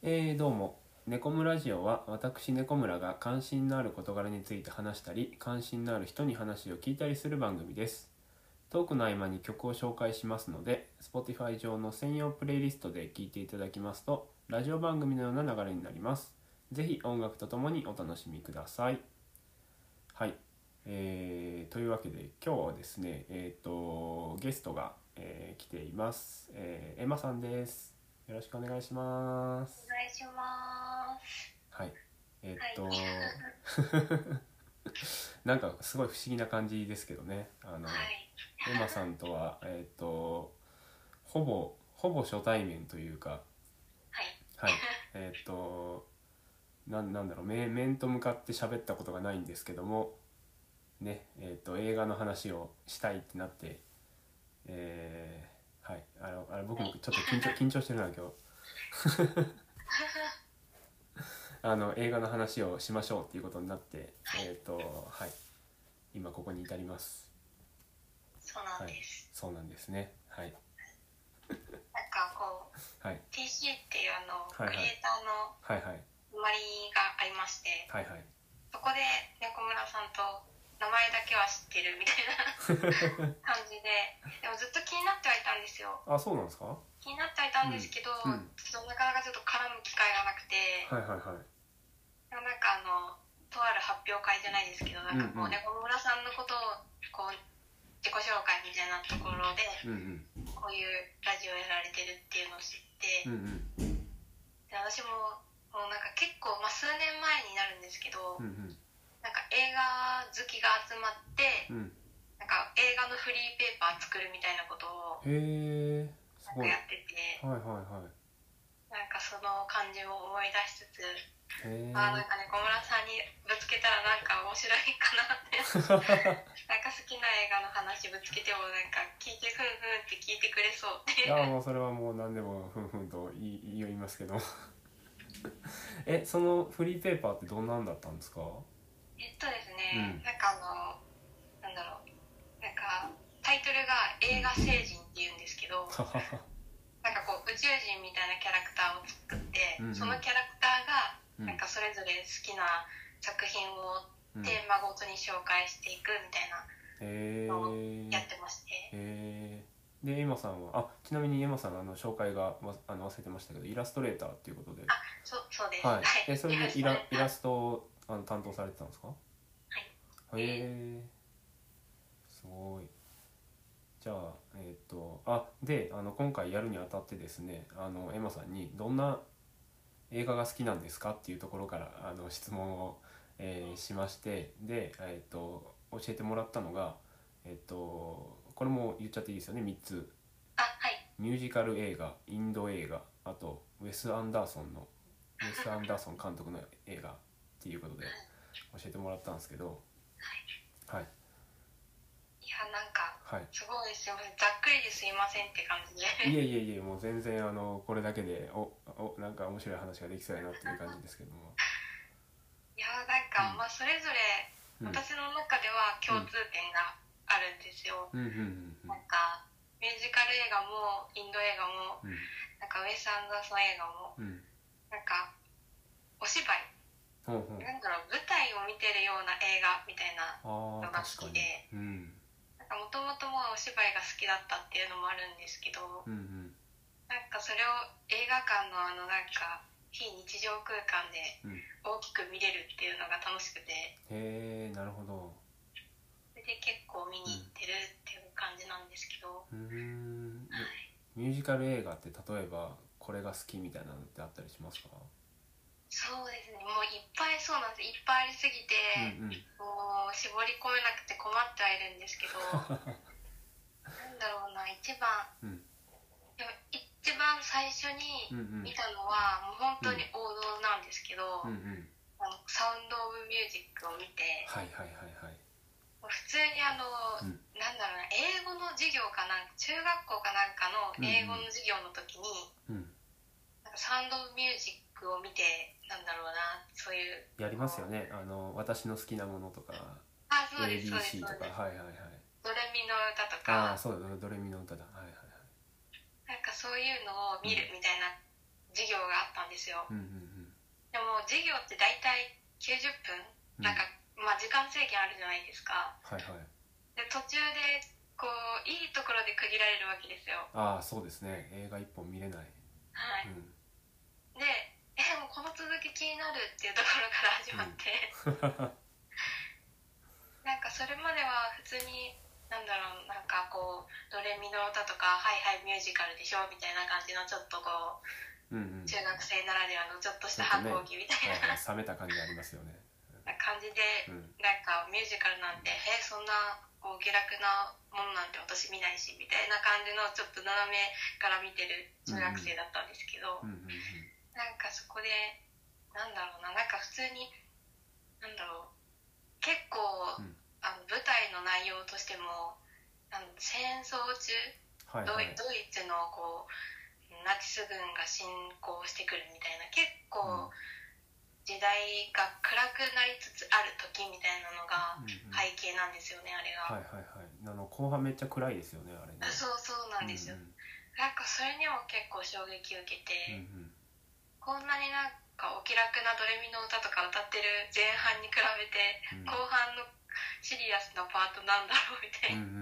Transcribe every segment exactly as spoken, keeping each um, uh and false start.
えー、どうも。ネコムラジオは私ネコムラが関心のある事柄について話したり、関心のある人に話を聞いたりする番組です。トークの合間に曲を紹介しますので、Spotify 上の専用プレイリストで聴いていただきますと、ラジオ番組のような流れになります。ぜひ音楽とともにお楽しみください。はい。えー、というわけで今日はですね、えーと、ゲストが、えー来ています。えーエマさんです。よろしくお願いします。 お願いします。 はい。えーっと、 はい。 なんかすごい不思議な感じですけどね。あの、 はい。 エマさんとは、えーっと、ほぼ、ほぼ初対面というか、 はい。 はい。えーっと、なん、なんだろう、面、面と向かって喋ったことがないんですけども、ね、えーっと、映画の話をしたいってなって、えーはい。あの、あれ僕もちょっと緊張、緊張してるな、今日。あの映画の話をしましょうっていうことになって、 はい。 えっ、とはい今ここに至ります。 そうなはい、 んです。 そうなんですね。はい、 なんかこう、 はい、 ティーシー っていうあの、 はい、はい、 クリエイターのはい、はい、 決まりがありまして、 はい、はい。 そこで猫村さんと名前だけは知ってるみたいな感じで、でもずっと気になってはいたんですよ。 あ、そうなんですか？ 気になってはいたうん、 んですけど、 うん、 ちょっとなかなかちょっと絡む機会がなくて、 はい、はい、はい、 でもなんかあの、とある発表会じゃないですけど、なうん、うんかこう、 ん、 猫村さんのことをこう、自己紹介みたいなところで、 うん、 こういうラジオやられてるっていうのを知って、 うん、うん、 で私ももうなんか結構、まあ、数年前になるんですけど、 うん、 なんか映画好きが集まってうん、 なんか映画のフリーペーパー作るみたいなことをへえ、すごい。 なんかやってて、 はい、はい、はい。 なんかその感じを思い出しつつ、 へえ。 あなんかね小村さんにぶつけたらなんか面白いかなってなんか好きな映画の話ぶつけてもなんか聞いてふんふんって聞いてくれそうっていういやもうそれはもう何でもふんふんと言い言いますけどえ、そのフリーペーパーってどんなんだったんですか？ えっとですね、 うん、 なんかあの、なんだろう、なんかタイトルがうん、 映画星人っていうんですけど、 ははは。 なんかこう宇宙人みたいなキャラクターを作って、 うん、うん、 そのキャラクターがうん、 なんかそれぞれ好きな作品をうん。 テーマごとに紹介していくみたいなのをへやってまして。 え。へえ。でエマさんはあちなみにエマさんのあの紹介がわあの忘れてましたけどイラストレーターっていうことで、 あ、そう、そうです。 はい。 はい。 えそれでよろしくお願いしイライラます。 ストをあの担当されてたんですか？ はい。 へえ。すごい。じゃあえっ、とあであの今回やるにあたってですね、あのエマさんにどんな映画が好きなんですかっていうところからあの質問を、えーしまして、で、えー、と教えてもらったのが、えっ、とこれも言っちゃっていいですよね。みっつ。 あ、はい。 ミュージカル映画、インド映画、あとウェス・アンダーソンのウェス・アンダーソン監督の映画っていうことで教えてもらったんですけど、はい、 いや、なんかはい、 すごいすいません、ざっくりですいませんって感じでいえいえいえ、もう全然あのこれだけでおおなんか面白い話ができそうやなっていう感じですけども、 いやなんか、 うん、 まあ、それぞれうん、 私の中ではうん、 共通点があるんですよ。 うん、うん、うん、 なんかミュージカル映画もインド映画もうん、 なんかウェス・アンダーソン映画もうん、 なんかお芝居、 ほんほん。 なんだろう、舞台を見てるような映画みたいなああ、 のが好確かに。 きで、 うん。 なんかもともとお芝居が好きだったっていうのもあるんですけど、 うんうん。 なんかそれを映画館のあのなんか非日常空間でうん。 大きく見れるっていうのが楽しくて、 へえ、なるほど。 それで結構見うん。 に行ってるっていう感じなんですけど、 うーん。え、 はい。 ミュージカル映画って例えばこれが好きみたいなのってあったりしますか？ そうですね、もういっぱい、そうなんです、いっぱいありすぎてうんうん。 もう絞り込めなくて困ってはいるんですけど、なんだろうな、一番、 うん。 でも一番最初にうんうん。 見たのはもう本うん。 当に王道なんですけど、 うんうん。 あのサウンド・オブ・ミュージックを見て、 はいはいはいはい。 普通にあの、 うん。 なんだろうな、英語の授業かなんか、中学校かなんかのうんう英語のん。 授業の時に、 うん。 なんかサウンド・オブ・ミュージックを見て、なんだろうな、そういう、 やりますよこう、 ね。あの、私の好きなものとか、 あ、そうです、そうです、 エービーシー とか、 そうです。 はいはいはい。 ドレミの歌とああ、 か、 そうだ、ドレミの歌だ。はいはいはい。 なんかそういうのをうん。 見るみたいな授業があったんですよ。 うんうんでも授業って大体きゅうじゅっぷん、 うん、 なんか、まあ、時間制限あるじゃないですか。 はいはい。 で途中でこういいところで区切られるわけですよ。 ああそうですね、映画一本見れない。 はい、 うんでえもうこの続き気になるっていうところから始まって、 うん、 なんかそれまでは普通になんだろう、なんかこうドレミの歌とかはいはいミュージカルでしょみたいな感じのちょっとこう、うんうん、中学生ならではのちょっとした反抗期みたいな、ね、はいはい、 冷めた感じありますよね。 な感じで、うん、なんかミュージカルなんて、うん、えそんなこう気楽なものなんて私見ないしみたいな感じのちょっと斜めから見てる中学生だったんですけど、うんうんうん、なんかそこでなんだろうな、なんか普通になんだろう結構、うん、あの舞台の内容としてもあの戦争中、はいはい、ドイツのこうナチス軍が侵攻してくるみたいな結構、うん、時代が暗くなりつつある時みたいなのが背景なんですよね、うんうん、あれが。はいはいはい。 あの後半めっちゃ暗いですよね、あれね。 そうそうなんですよ。うんうん、なんかそれにも結構衝撃を受けて、うんうん、こんなになんかお気楽なドレミの歌とか歌ってる前半に比べて、うん、後半のシリアスなパートなんだろうみたいな、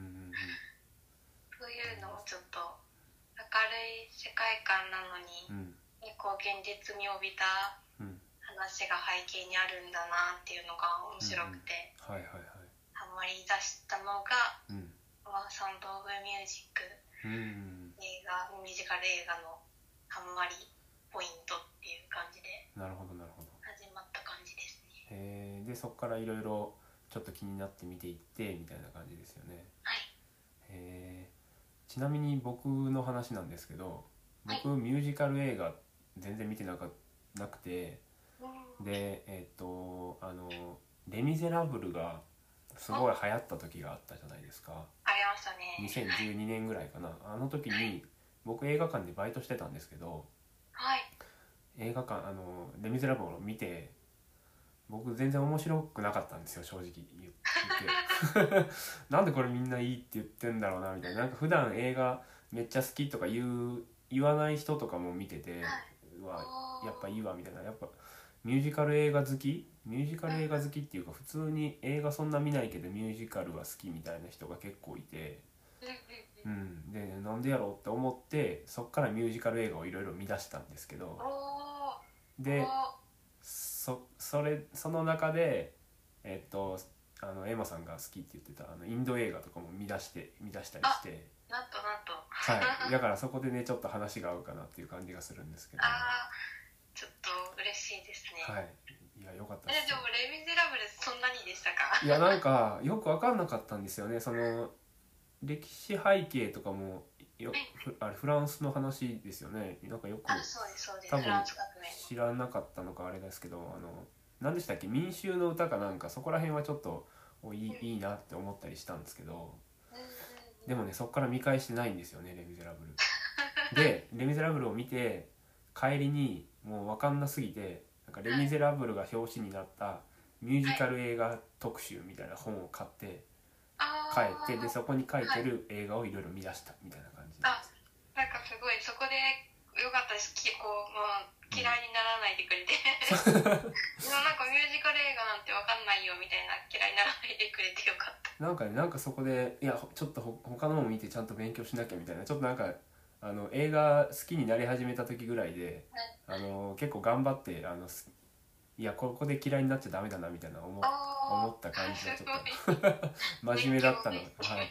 そういうのもちょっと明るい世界観なのに、うん、結構現実味を帯びた話が背景にあるんだなっていうのが面白くて、うんうん、はいはいはい、ハマり出したのが、うんまあ、サウンド・オブ・ミュージック、うん、映画ミュージカル映画のハマりポイントっていう感じで、 なるほどなるほど、 始まった感じですね。 へえ、でそこからいろいろちょっと気になって見ていってみたいな感じですよね。 はい。 へえ、ちなみに僕の話なんですけど、僕、はい、ミュージカル映画全然見てなかなくて、うん、でえっとあのレ・ミゼラブルがすごい流行った時があったじゃないですか。 ありましたね。 にせんじゅうにねんぐらいかな。あの時に僕映画館でバイトしてたんですけど、 はい、 映画館あのレ・ミゼラブルを見て、僕全然面白くなかったんですよ、正直言ってなんでこれみんないいって言ってんだろうなみたいな。なんか普段映画めっちゃ好きとか言う言わない人とかも見てて、うわやっぱいいわみたいな。やっぱミュージカル映画好きミュージカル映画好きっていうか、普通に映画そんな見ないけどミュージカルは好きみたいな人が結構いて、うん、でなんでやろうって思って、そっからミュージカル映画をいろいろ見出したんですけど、でそ, それその中でえっとあのエマさんが好きって言ってたあのインド映画とかも見出して見出したりして、 なんとなんと、 はい、だからそこでねちょっと話が合うかなっていう感じがするんですけど、 あちょっと嬉しいですね。 はい、いやよかったです。 えでもレ・ミゼラブルそんなにでしたか？ いやなんかよく分かんなかったんですよね。その歴史背景とかもよあれフランスの話ですよね。なんかよく多分知らなかったのかあれですけど、あの何でしたっけ、民衆の歌かなんか、そこら辺はちょっとおいい、いいなって思ったりしたんですけど、でもねそこから見返してないんですよね、レ・ミゼラブルでレ・ミゼラブルを見て帰りにもう分かんなすぎて、なんかレ・ミゼラブルが表紙になったミュージカル映画特集みたいな本を買って帰って、でそこに書いてる映画をいろいろ見出したみたいな感じなんです。あ、なんかすごいそこでよかったです。こうもう嫌いにならないでくれて、うん、なんかミュージカル映画なんてわかんないよみたいな、嫌いにならないでくれてよかった。 なんかね、なんかそこでいやちょっとほ他のも見てちゃんと勉強しなきゃみたいな、ちょっとなんかあの映画好きになり始めた時ぐらいで、あの結構頑張ってあのいやここで嫌いになっちゃダメだなみたいな 思, 思った感じがちょっと真面目だったのはい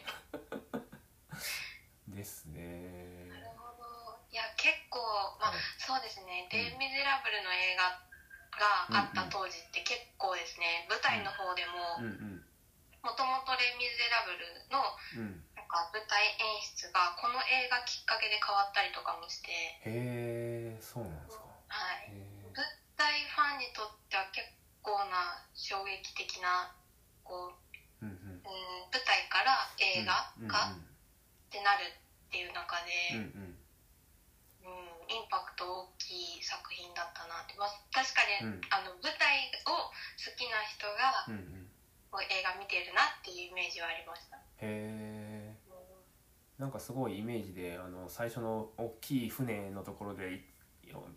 ですね。 なるほど。いや結構まあ、はい、そうですね、レ・ミゼラブルの映画があった当時って結構ですね、舞台の方でももともとレ・ミゼラブルのなんか舞台演出がこの映画きっかけで変わったりとかもして、 へえ、そうなんですか。 はい、舞台ファンにとっては結構な衝撃的なこう、うんうん、舞台から映画化ってなるっていう中で、うんうんうん、インパクト大きい作品だったなって、まあ、確かに、うん、あの舞台を好きな人が、うんうん、こう映画見てるなっていうイメージはありました。 へー、うん、なんかすごいイメージで、あの最初の大きい船のところでなんか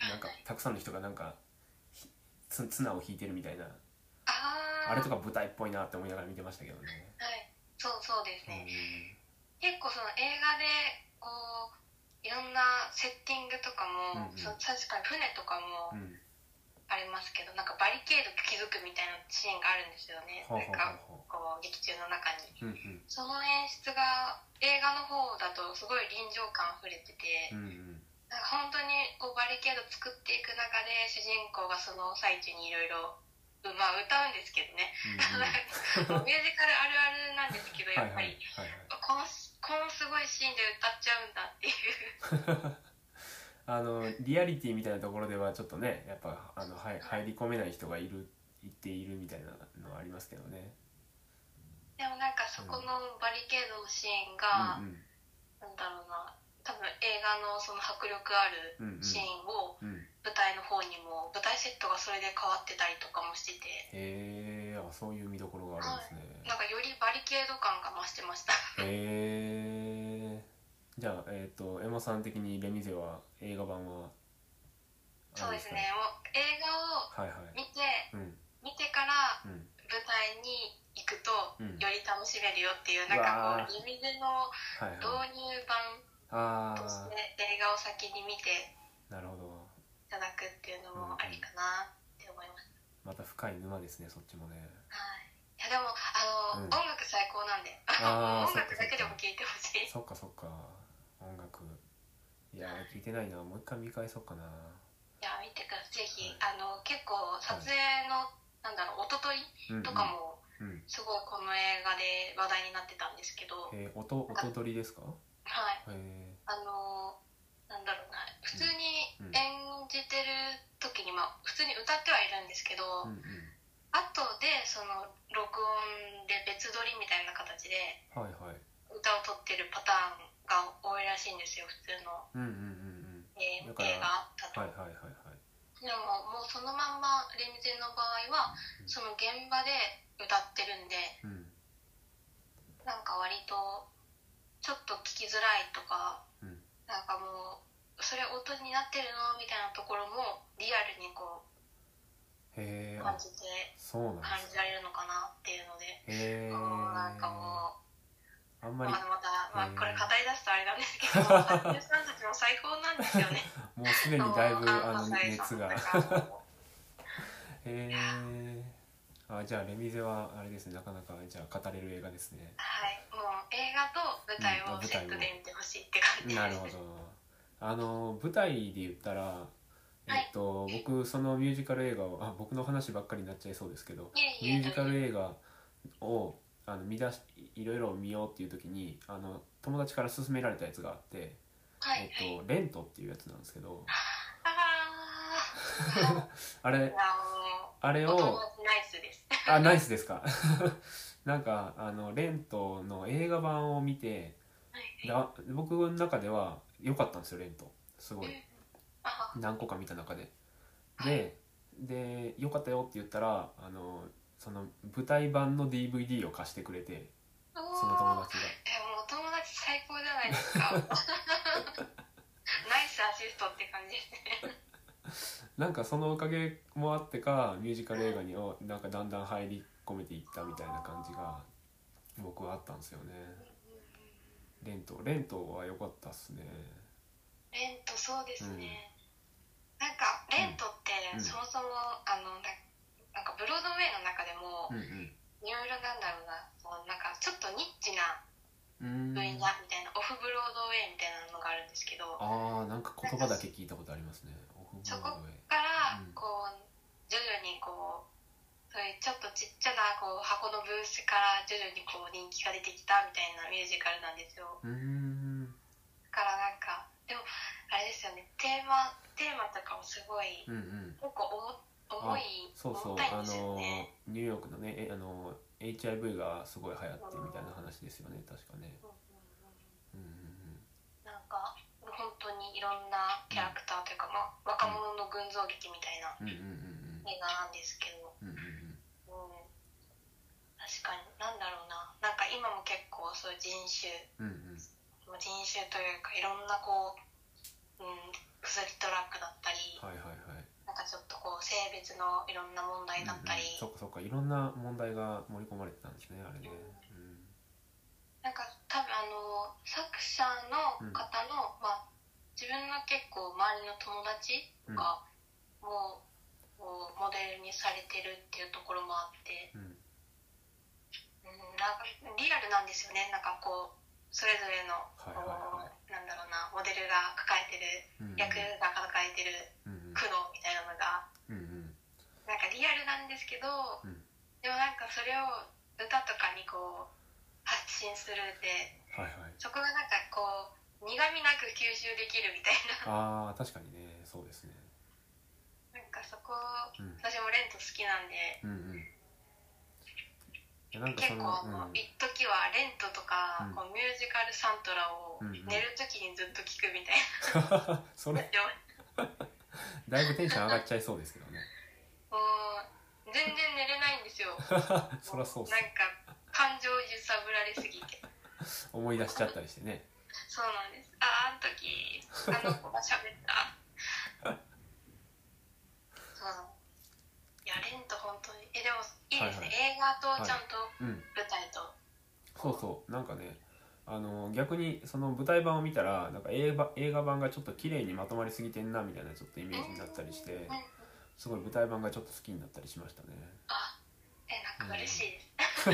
たくさんの人がなんかつ綱を引いてるみたいな、 ああれとか舞台っぽいなって思いながら見てましたけどね。 はい、そうそうですね、 うん、 結構その映画でこういろんなセッティングとかも、うんうん、そ確かに船とかもありますけど、うん、なんかバリケード築くみたいなシーンがあるんですよね、なんかこう劇中の中に、うんうん、その演出が映画の方だとすごい臨場感あふれてて、うんうん、なんか本当にこうバリケード作っていく中で主人公がその最中にいろいろまあ歌うんですけどね、うんうん、ミュージカルあるあるなんですけどやっぱり、はいはいはいはい、このこのすごいシーンで歌っちゃうんだっていうあのリアリティみたいなところではちょっとねやっぱあの入り込めない人がいる言っているみたいなのはありますけどね。 でもなんかそこのバリケードのシーンが、うんうん、なんだろうな、多分映画のその迫力あるシーンを舞台の方にも舞台セットがそれで変わってたりとかもしてて、 へえ、あ、そういう見どころがあるんですね、 はい、なんかよりバリケード感が増してましたへえ。じゃあ、えーと、エマさん的にレミゼは映画版はそうですね、もう映画を見て、はいはい、うん、見てから舞台に行くとより楽しめるよっていう、うん、なんかこうレミゼの導入版として映画を先に見ていただくっていうのもありかなって思います、 うんうん、また深い沼ですね、そっちもね。 はい、いやでもあの、うん、音楽最高なんで音楽だけでも聴いてほしい。 そっかそっか、音楽いや聴いてないな、もう一回見返そうかな。 いや見てくださいぜひ、はい、あの結構撮影の、はい、なんだろう音取りとかもすごいこの映画で話題になってたんですけど、 えー、音音取りですか？ はい、あのなんだろうな、普通に演じてる時に、まあ普通に歌ってはいるんですけど、うんうん、後でその録音で別撮りみたいな形で歌を撮ってるパターンが多いらしいんですよ、普通の、うんうんうんうん、えー、映画だと、はいはいはいはい、でももうそのまんまレミゼの場合は、うん、その現場で歌ってるんで、うん、なんか割とちょっと聞きづらいとか、うん、なんかもうそれ音になってるのみたいなところもリアルにこうへ感じて感じられるのかなっていうので、へもうなんかもうあんまりまだまだ、まあ、これ語り出すとあれなんですけど俳優さんたちも最高なんですよねもうすでにだいぶあの熱がへえ。あ、じゃあレミゼはあれですね、なかなかじゃあ語れる映画ですね。 はい、もう映画と舞台をセットで見てほしいって感じです、うん、 なるほど。あの舞台で言ったらえっと、はい、僕そのミュージカル映画をあ僕の話ばっかりになっちゃいそうですけど、いやいやミュージカル映画をあの見出しいろいろ見ようっていう時にあの友達から勧められたやつがあって、はいえっと、レントっていうやつなんですけどああれあれをナイスですあナイスですかなんかあのレントの映画版を見て、はい、僕の中では良かったんですよ、レントすごい何個か見た中ででで良かったよって言ったらあのその舞台版の ディーブイディー を貸してくれて、その友達がえもう友達最高じゃないですかナイスアシストって感じですねなんかそのおかげもあってかミュージカル映画になんかだんだん入り込めていったみたいな感じが僕はあったんですよね。レントレントは良かったっすね。 レントそうですね、うん、なんかレントってそもそも、うん、あのなんかブロードウェイの中でもいろいろなんだろうな、そのなんかちょっとニッチな分野みたいな、オフブロードウェイみたいなのがあるんですけど、 ああなんか言葉だけ聞いたことありますね。オフブロードウェイそこからこう、うん、徐々にこうそういうちょっとちっちゃなこう箱のブースから徐々にこう人気が出てきたみたいなミュージカルなんですよ。うーんだからなんかでもあれですよね、テーマテーマとかもすごい、うんうん、結構重いそうそう、ね、あのニューヨークのねあの エイチアイブイ がすごい流行ってみたいな話ですよね、確かね。 なんか本当にいろんなキャラクターというか、うんまあ、若者の群像劇みたいな映画なんですけど、うんうんうんうん、確かになんだろうな、なんか今も結構そういう人種、うんうん、人種というかいろんなこう、うん、薬トラックだったり、はいはいはいう性別のいろんな問題だったり、 うんうん、そっかそっか、いろんな問題が盛り込まれてたんですね、あれね、うん、 なんか多分あの作者の方の、うん、まあ、自分の結構周りの友達とかも、うん、モデルにされてるっていうところもあって、うんうん、なんかリアルなんですよね。なんかこうそれぞれの、はいはいはい、なんだろうな、モデルが抱えてる、うんうん、役が抱えてる苦悩みたいなのが、うんうん、なんかリアルなんですけど、うん、でもなんかそれを歌とかにこう発信するで、はいはい、そこがなんかこう苦みなく吸収できるみたいな。あー、確かにね、そうですね。 なんかそこ、うん、私もレント好きなんで、うんうん、なんかその結構、うん、一時はレントとか、うん、こうミュージカルサントラを寝るときにずっと聴くみたいな、うんうん、 それだいぶテンション上がっちゃいそうですけどね。 もう全然寝れないんですよ。 そりゃそうっす。 なんか感情揺さぶられすぎて思い出しちゃったりしてね。 そうなんです。あ、あの時あの子が喋ったそう、いやレント本当にえでもいいですね、はいはい、映画とちゃんと舞台と、 はい、うん、そうそうなんかね、あの逆にその舞台版を見たらなんか映画、映画版がちょっと綺麗にまとまりすぎてんなみたいなちょっとイメージになったりして、すごい舞台版がちょっと好きになったりしましたね。 あ、え、なんか嬉しいです、うん、い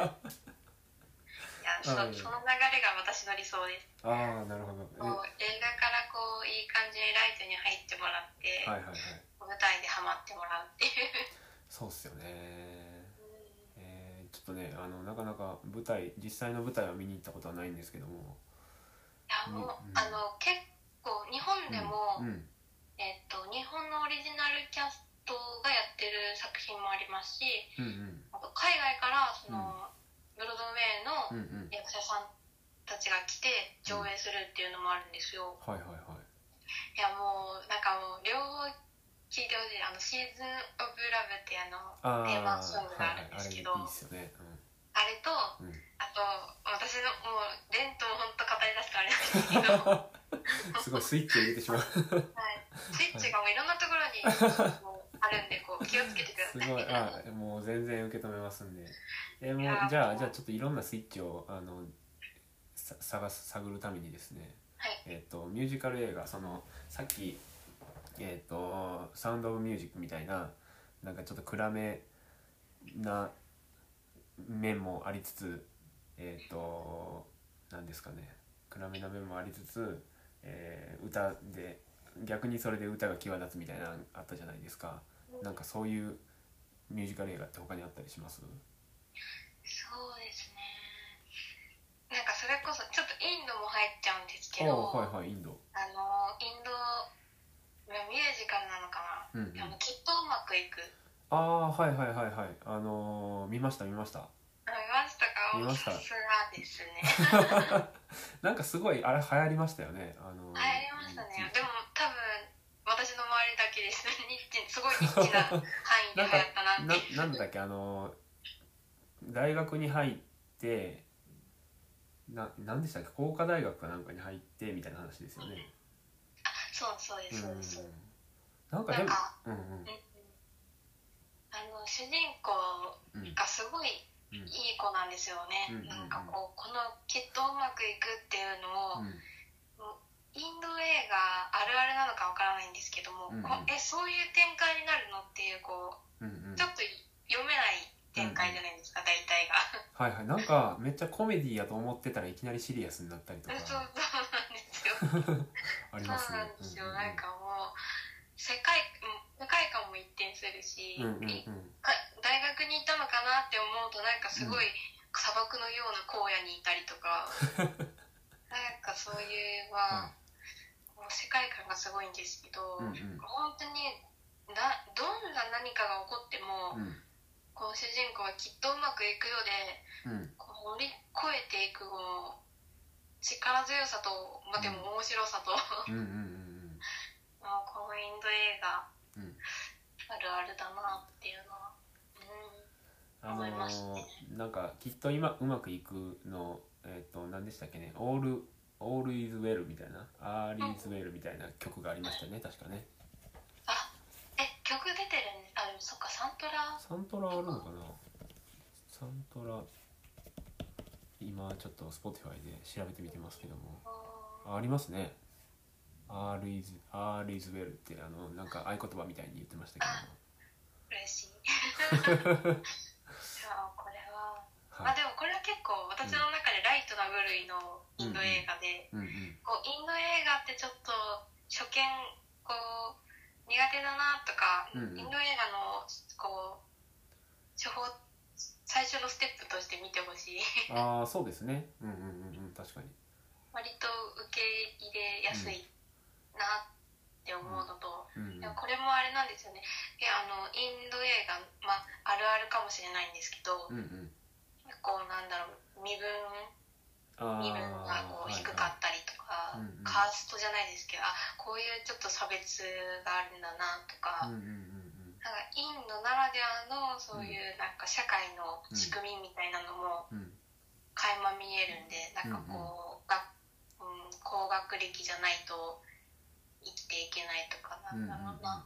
や そ, その流れが私の理想です。 ああ、なるほど。 こう映画からこういい感じにライトに入ってもらって、はいはいはい、舞台でハマってもらうっていうそうっすよね。えー、ちょっとね、あのなかなか舞台、実際の舞台は見に行ったことはないんですけども、 いやもう、うん、あの結構日本でも、うんうん、えー、と日本のオリジナルキャストがやってる作品もありますし、うんうん、あと海外からその、うん、ブロードウェイの役者さんたちが来て上映するっていうのもあるんですよ、うん、はいはいはい。いやもうなんかもう両方聴いてほしい。あのシーズンオブラブってあのテーマソングがあるんですけど、 あ, はいはい、あれいいっすよね、うん、あれと、うん、あと私のもうレントも本当語り出すとあれなんですけどすごいスイッチを入れてしまうはい、スイッチがもういろんなところにもうあるんでこう気をつけてください。すごい、 あ、もう全然受け止めますんで、えー、もうじゃあじゃあちょっといろんなスイッチをあの探す探るためにですね、はい、えっ、ー、とミュージカル映画、そのさっきえっ、ー、とサウンドオブミュージックみたいななんかちょっと暗めな面もありつつ、えっ、ー、と何ですかね、暗めな面もありつつ、えー、歌で逆にそれで歌が際立つみたいなのあったじゃないですか。なんかそういうミュージカル映画って他にあったりします？ そうですね、なんかそれこそちょっとインドも入っちゃうんですけど、 はいはい、インド、 あのインドミュージカルなのかな、うんうん、あのきっとうまくいく。 ああ、はいはいはいはい、あのー、見ました見ました見ましたか？見ました。さすがですねなんかすごいあれ流行りましたよね、あのー、 流行りましたね。でも多分私の周りだけですニッチ、すごいニッチな範囲で流行ったなってな, なんだっけ、あのー、大学に入ってな、なんでしたっけ、工科大学かなんかに入ってみたいな話ですよね。 あ、そうそうですそうです、うん、 なんかでもなんか、うんうん、あの主人公がすごいいい子なんですよね、うん、なんかこうこのきっとうまくいくっていうのを、うん、インド映画あるあるなのかわからないんですけども、うんうん、えそういう展開になるのっていうこう、うんうん、ちょっと読めない展開じゃないですか、うんうん、大体がはいはい、なんかめっちゃコメディやと思ってたらいきなりシリアスになったりとかそうそうなんですよありますね。 そうなんですよ、うんうん、なんかもう世界、世界観も一転するし、うんうんうん、大学に行ったのかなって思うとなんかすごい砂漠のような荒野にいたりとか、うん、なんかそういうは、うん、世界観がすごいんですけど、うんうん、本当になどんな何かが起こっても、うん、この主人公はきっとうまくいくようで、うん、こう乗り越えていくこう力強さと、まあ、でも面白さと、うんうんうんうん、このインド映画、うん、あるあるだなっていうのは、うん、思いますね。 なんかきっと今うまくいくの、えー、と何でしたっけね、オールオールイズウェルみたいな、アーリーズウェルみたいな曲がありましたね、確かね。 あ、え、曲出てるそっか、サントラサントラあるのかな。サントラ今ちょっと Spotify で調べてみてますけども、ありますね。 All is, All is well ってあのなんか合言葉みたいに言ってましたけども、 嬉しいそうこれは、はい、まあでもこれは結構私の中でライトな部類のインド映画で、うんうんうんうん、こうインド映画ってちょっと初見こう苦手だなとか、うんうん、インド映画のこう処方最初のステップとして見てほしいああそうですね、うんうんうんうん、確かに割と受け入れやすいなって思うのと、うんうんうん、でもこれもあれなんですよね。いやあのインド映画、まあ、あるあるかもしれないんですけど、うんうん、こうなんだろう身分身分がこう低かったりとか、はいはい、カーストじゃないですけど、あこういうちょっと差別があるんだなとか、うんうんうんうん、なんかインドならではのそういうなんか社会の仕組みみたいなのも垣間見えるんで、なんかこう、うんうん、高学歴じゃないと生きていけないとか、なんだろうな、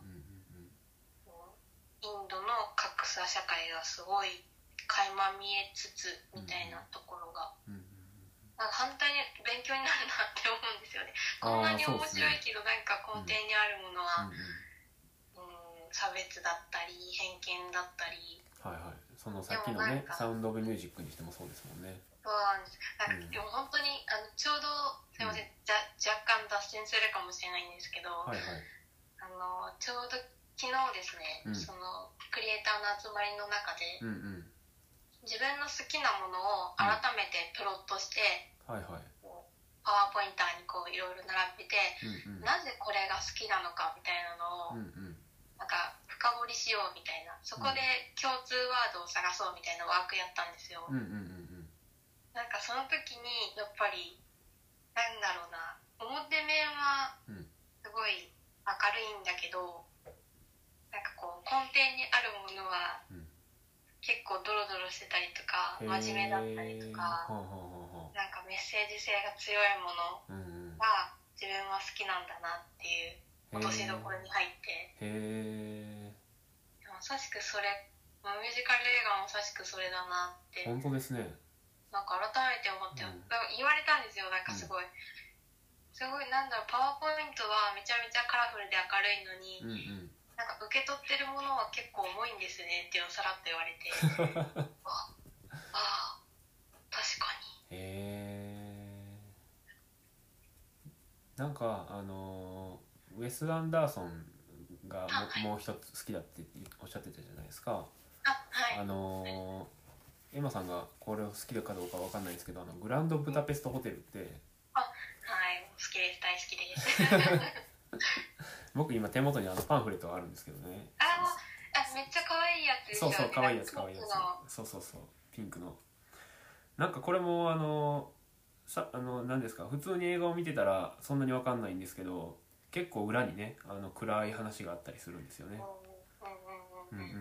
インドの格差社会がすごい垣間見えつつみたいなところが、うんうん、なんか反対に勉強になるなって思うんですよね。こんなに面白いけど、なんか根底にあるものは、うんうん、差別だったり偏見だったり、 はいはい、そのさっきのねサウンド・オブ・ミュージックにしてもそうですもんね。 そうなんです。なんか、うん、でも本当にあのちょうどすいません、うん、じゃ若干脱線するかもしれないんですけど、はいはい、あのちょうど昨日ですね、うん、そのクリエイターの集まりの中で、うんうん、自分の好きなものを改めてプロットして、うんはいはい、パワーポインターにこういろいろ並べて、うんうん、なぜこれが好きなのかみたいなのを、うんうん、なんか深掘りしようみたいな、そこで共通ワードを探そうみたいなワークやったんですよ、うんうんうんうん、なんかその時にやっぱりなんだろうな、表面はすごい明るいんだけど、なんかこう根底にあるものは結構ドロドロしてたりとか、真面目だったりとか、なんかメッセージ性が強いものが自分は好きなんだなっていう落としどころに入って、へー、まさしくそれ、ミュージカル映画もまさしくそれだなって。 本当ですね。 なんか改めて思って、うん、だから言われたんですよ。なんかすごい、うん、すごいなんだろう、パワーポイントはめちゃめちゃカラフルで明るいのに、うんうん、なんか受け取ってるものは結構重いんですねっていうのをさらっと言われてああ確かに。 へえ。なんかあのウェス・アンダーソンが も,、はい、もう一つ好きだっておっしゃってたじゃないですか。 あ、はい、 あのエマさんがこれを好きかどうかわかんないですけど、あのグランドブダペストホテルって、 あ、はい好きです、大好きです僕今手元にあのパンフレットがあるんですけどね。 ああ、めっちゃ可愛いやつですよね。 そうそう、可愛いやつ可愛いやつ。そうそうそう、ピンクの。なんかこれもあのさあの何ですか、普通に映画を見てたらそんなにわかんないんですけど、結構裏にねあの暗い話があったりするんですよね。うんうんうんうん。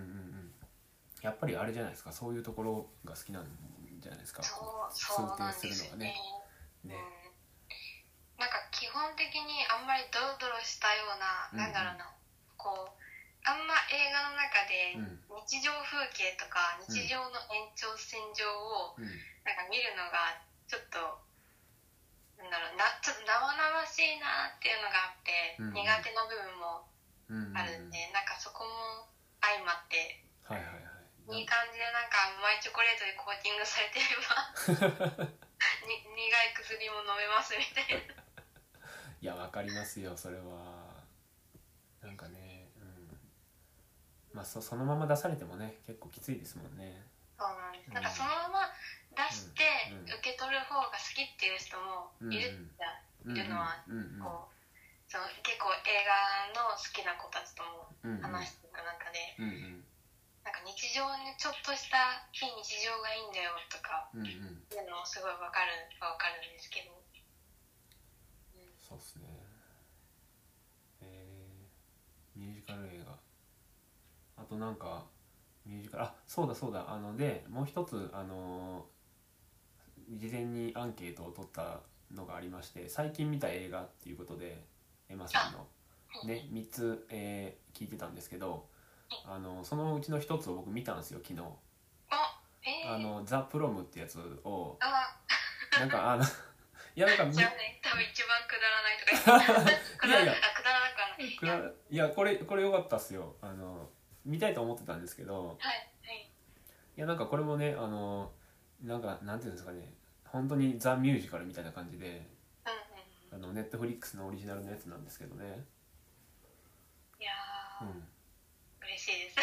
やっぱりあれじゃないですか、そういうところが好きなんじゃないですか。 そうそうなんですよね。ね、うん、なんか基本的にあんまりドロドロしたような、うんうん、なんだろうな、こうあんま映画の中で日常風景とか日常の延長線上をなんか見るのがちょっとなんだろうな、ちょっと生々しいなっていうのがあって、うんうん、苦手な部分もあるんで、うんうんうん、なんかそこも相まって、はいはいはい、いい感じでなんか甘いチョコレートでコーティングされてればに苦い薬も飲めますみたいな。 いやわかりますよそれは。なんかね、うん、まあ そ, そのまま出されてもね結構きついですもんね。 そうなんです。だからそのまま出して受け取る方が好きっていう人もいるっちゃいるのはこう、その結構映画の好きな子たちとも話していく中で、うんうん、なんか日常にちょっとした非日常がいいんだよとかいうのもすごい分かる分かるんですけど、 うん、そうっすね。えー、ミュージカル映画、あとなんかミュージカル、あ、そうだそうだ、あのでもう一つあの事前にアンケートを取ったのがありまして、最近見た映画っていうことでエマさんのねみっつ、えー、聞いてたんですけど、 あのそのうちの一つを僕見たんですよ昨日。 あ、えー、 あのザ・プロムってやつをあなんかあのいやなんかじゃあね、多分一番くだらないとか言っていやいやあ、くだらなくはないくだいやこれこれ良かったっすよ。あの見たいと思ってたんですけど、 はいはい、 いやなんかこれもねあのなんかなんていうんですかね、本当にザ・ミュージカルみたいな感じで、 うんうん、 あのネットフリックスのオリジナルのやつなんですけどね。 いやー、 うん、 嬉しいです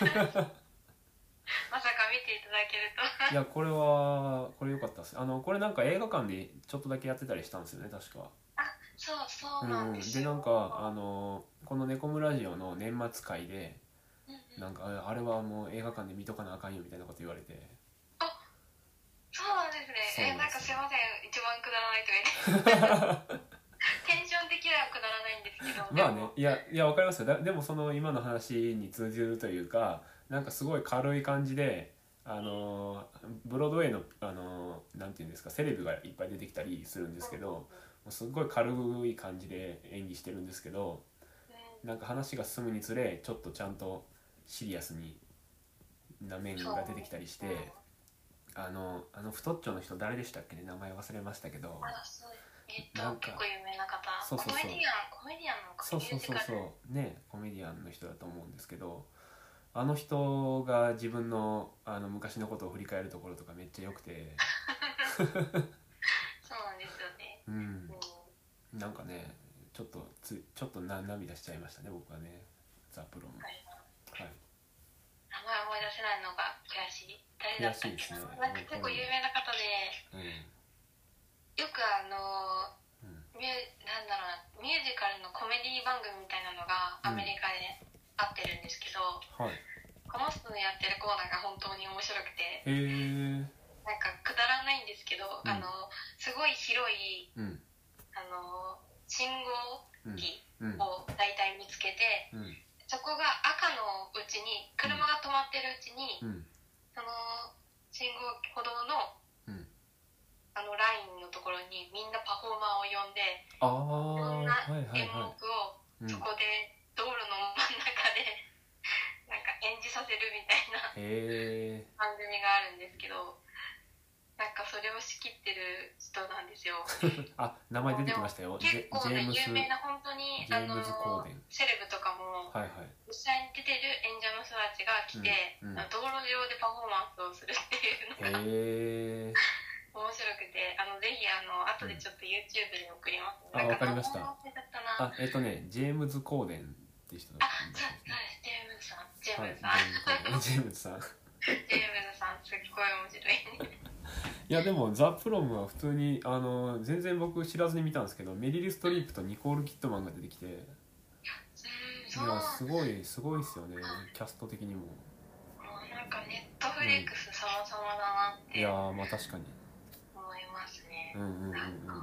まさか見ていただけるといやこれはこれ良かったです。あのこれなんか映画館でちょっとだけやってたりしたんですよね確か。 あ、そうそうなんですよ、 うん、でなんかあのこの「ネコムラジオ」の年末会でうんうん、 なんかあれはもう映画館で見とかなあかんよみたいなこと言われて。 あ、そうなんですね。え、 そうなんですよなんかすいません、一番くだらないとか言ってテンション的にはくだらないんですけどまあね、いやいやわかりますよ。だでもその今の話に通じるというか、なんかすごい軽い感じで、あのブロードウェイのあのなんていうんですか、セレブがいっぱい出てきたりするんですけど、もうすごい軽い感じで演技してるんですけど、なんか話が進むにつれちょっとちゃんとシリアスにな面が出てきたりして、あのあの太っちょの人誰でしたっけね、名前忘れましたけど、 あ、そう、えっとなんか結構有名な方、 そうそうそうコメディアンコメディアンのそうそうそうミュージカル、 そうね、コメディアンの人だと思うんですけど、あの人が自分のあの昔のことを振り返るところとかめっちゃ良くてそうなんですよね、 うん、 うん、 なんかねちょっとつちょっとな涙しちゃいましたね僕はね、ザ・プロム。 はい、 はい、 名前思い出せないのが悔しい。誰だったっけな、 悔しいですね。 なんか結構有名な方で、 うん、 よくあのうん、 ミュなんだろうな、ミュージカルのコメディ番組みたいなのがアメリカであってるんですけど、 はい、 この人のやってるコーナーが本当に面白くて、 へえ、 なんかくだらないんですけど、 うん、 あのすごい広い、 うん、 あの信号機うん、 を大体見つけて、 うん、 そこが赤のうちに、車が止まってるうちに、 うん、 その信号歩道のうん、 あのラインのところにみんなパフォーマーを呼んで、 あいろんなあ、はいはい演目はをい、うん、 そこで道路の真ん中でなんか演じさせるみたいなへえ、 番組があるんですけど、なんかそれを仕切ってる人なんですよあ、名前出てきましたよ。 結構ね、 ジェームス有名な本当にジェームズ・コーあのデン、 セレブとかもはいはい、 実際に出てる演者の人たちが来て、 うんうん、 道路上でパフォーマンスをするっていうのがへえ、 面白くて、あのぜひあの後でちょっと YouTube で送ります、 うん、あ、わかりました。 なんか名前忘れちゃったな。 あ、えっとね、ジェームズ・コーデンって人だあ、 ったんそうですね。 ジェームズさん、ジェーはい、 ムズさん、 ジェームズさん。 ジェームズさん、すっごい面白いいやでもザ・プロムは普通にあの全然僕知らずに見たんですけど、メリル・ストリープとニコール・キッドマンが出てきて、いうん、そうやすごいすごいですよね、キャスト的にも。 もうなんかネットフリックス様々だなって、 いやーまあ確かに思いますね。 うんうんうんうん。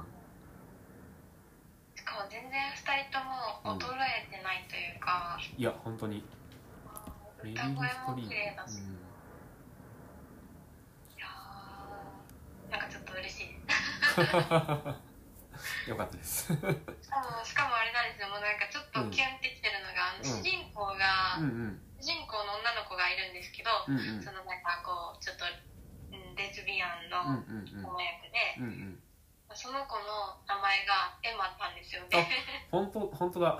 しかも全然ふたりとも衰えてないというか、 うん、いや本当にメリル・歌声ストリーも綺麗だし、 プ、うん、 いやーなんかちょっと嬉しいですよかったですしかもしかもあれなんですよ、もうなんかちょっとキュンってきてるのが、あの主人公が、 うんうん主人公の女の子がいるんですけど、 うんうん、 そのなんかこうちょっと、うん、レズビアンの友役で、 うんうんうんうん、 その子の名前がエマなんですよね。 あ、本当本当だ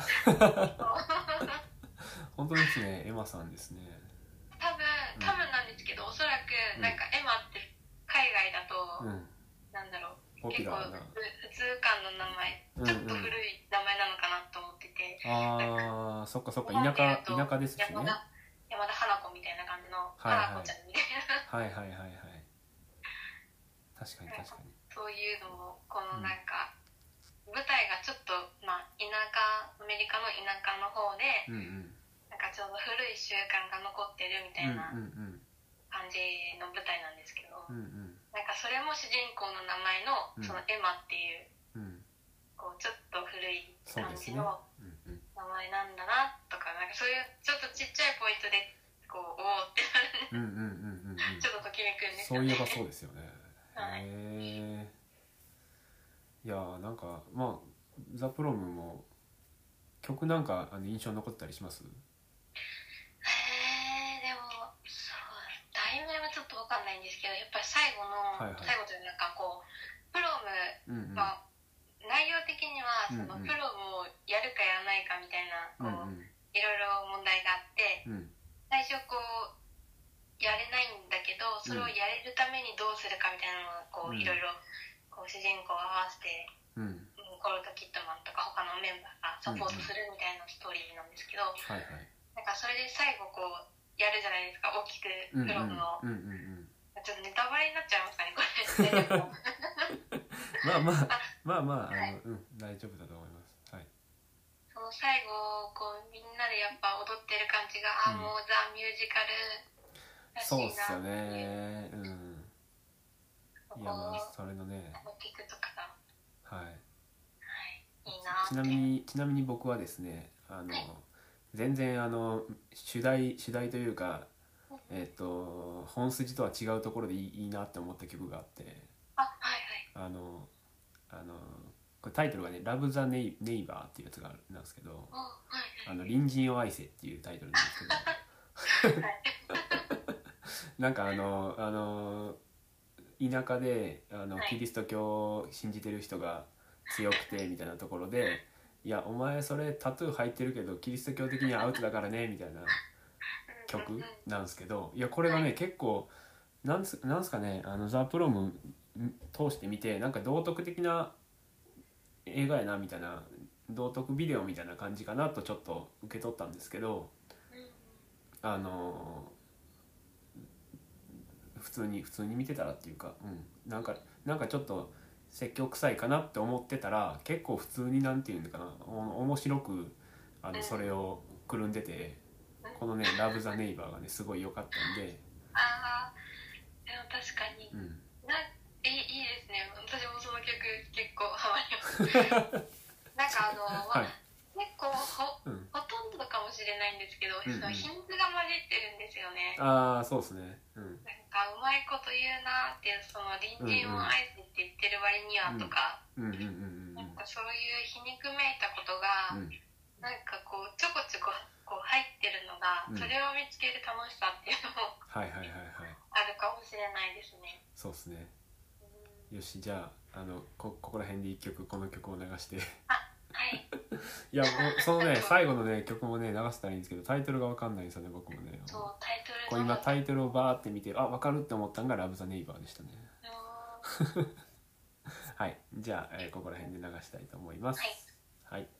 本当ですね、エマさんですね。 多分多分なんですけど、おそらくなんかエマって海外だと、うん、なんだろう、結構普通感の名前、ちょっと古い名前なのかなと思ってて、 うんうん、ああそっかそっか、田舎田舎ですしね、 山田山田花子みたいな感じの花子ちゃんみたいな、 はいはい、はいはいはいはい、確かに確かに、 そういうのもこのなんか、うん、舞台がちょっと、まあ、田舎アメリカの田舎の方で、うんうん、なんかちょうど古い習慣が残ってるみたいな感じの舞台なんですけど、うんうん、なんかそれも主人公の名前のそのエマっていう、うん、こうちょっと古い感じの名前なんだなとか、なんかそういうちょっとちっちゃいポイントでこうおおってなるちょっとときめくんですよね。 そういえばそうですよねはい、へえ。いやなんかまあザ・プロムも曲なんかあの印象に残ってたりします？ えけど、やっぱり最後の、 はいはい、 最後というなんかこうプロムは、うんうん、内容的にはその、うんうん、プロムをやるかやらないかみたいなこう、うんうん、いろいろ問題があって、うん、最初こうやれないんだけど、それをやれるためにどうするかみたいなのをこう、うん、いろいろこう主人公を合わせて、うん、コルト・キットマンとか他のメンバーがサポートするみたいなストーリーなんですけど、うんうん、はいはい、なんかそれで最後こうやるじゃないですか、大きくプロムを、うんうんうんうん、ちょっとネタバレになっちゃいますかねこれまあまあまあまあ、はい、あの、うん、大丈夫だと思います、はい、 その最後こうみんなでやっぱ踊ってる感じが、うん、あもうザ・ミュージカルらしいなっていう。そうっすよね、うん、 いやまあそれのね、 聞くとかがはい、はい、 いいな。 ちなみにちなみに僕はですね、あの、はい、全然あの主題主題というか、えー、と本筋とは違うところでいい、いいなって思った曲があって、 あ、はいはい、 あのあのこれタイトルがね「Love the Neighbor」っていうやつがあるんですけど、 はいはい、 あの隣人を愛せっていうタイトルなんですけどなんかあのあの田舎であのキリスト教を信じてる人が強くてみたいなところで、いやお前それタトゥー入ってるけどキリスト教的にはアウトだからねみたいな曲なんですけど、いやこれがね結構なんす、なんすかね、あのザ・プロム通して見てなんか道徳的な映画やなみたいな、道徳ビデオみたいな感じかなとちょっと受け取ったんですけど、あの普通に普通に見てたらっていうか、うん、なんかなんかちょっと説教臭いかなって思ってたら結構普通になんていうのかな、お面白くあのそれをくるんでて、このね「ラブ・ザ・ネイバー」がねすごい良かったんで。 あーでも確かに、 うん、 ないいいいですね。私もその曲結構ハマりますなんかあの、はい、結構 ほ,、うん、ほとんどかもしれないんですけど、うんうん、皮肉が混じってるんですよね。 ああそうですね、うん、 なんかうまいこと言うなって、その隣人を愛せって言ってる割にはとか、なんかそういう皮肉めいたことが、うん、なんかこうちょこちょここう入ってるのが、うん、それを見つける楽しさっていうのもはいはいはいはいあるかもしれないですね。 そうですね。よし、じゃあ、あの こ, ここら辺で一曲この曲を流してあ、はいいやもうそのね最後のね曲もね流せたらいいんですけど、タイトルが分かんないんですよね僕もね。 そうタイトルこれ今タイトルをバーって見て、あ分かるって思ったのがラブ・ザ・ネイバーでしたねはい、じゃあ、えー、ここら辺で流したいと思います。 はい、 はい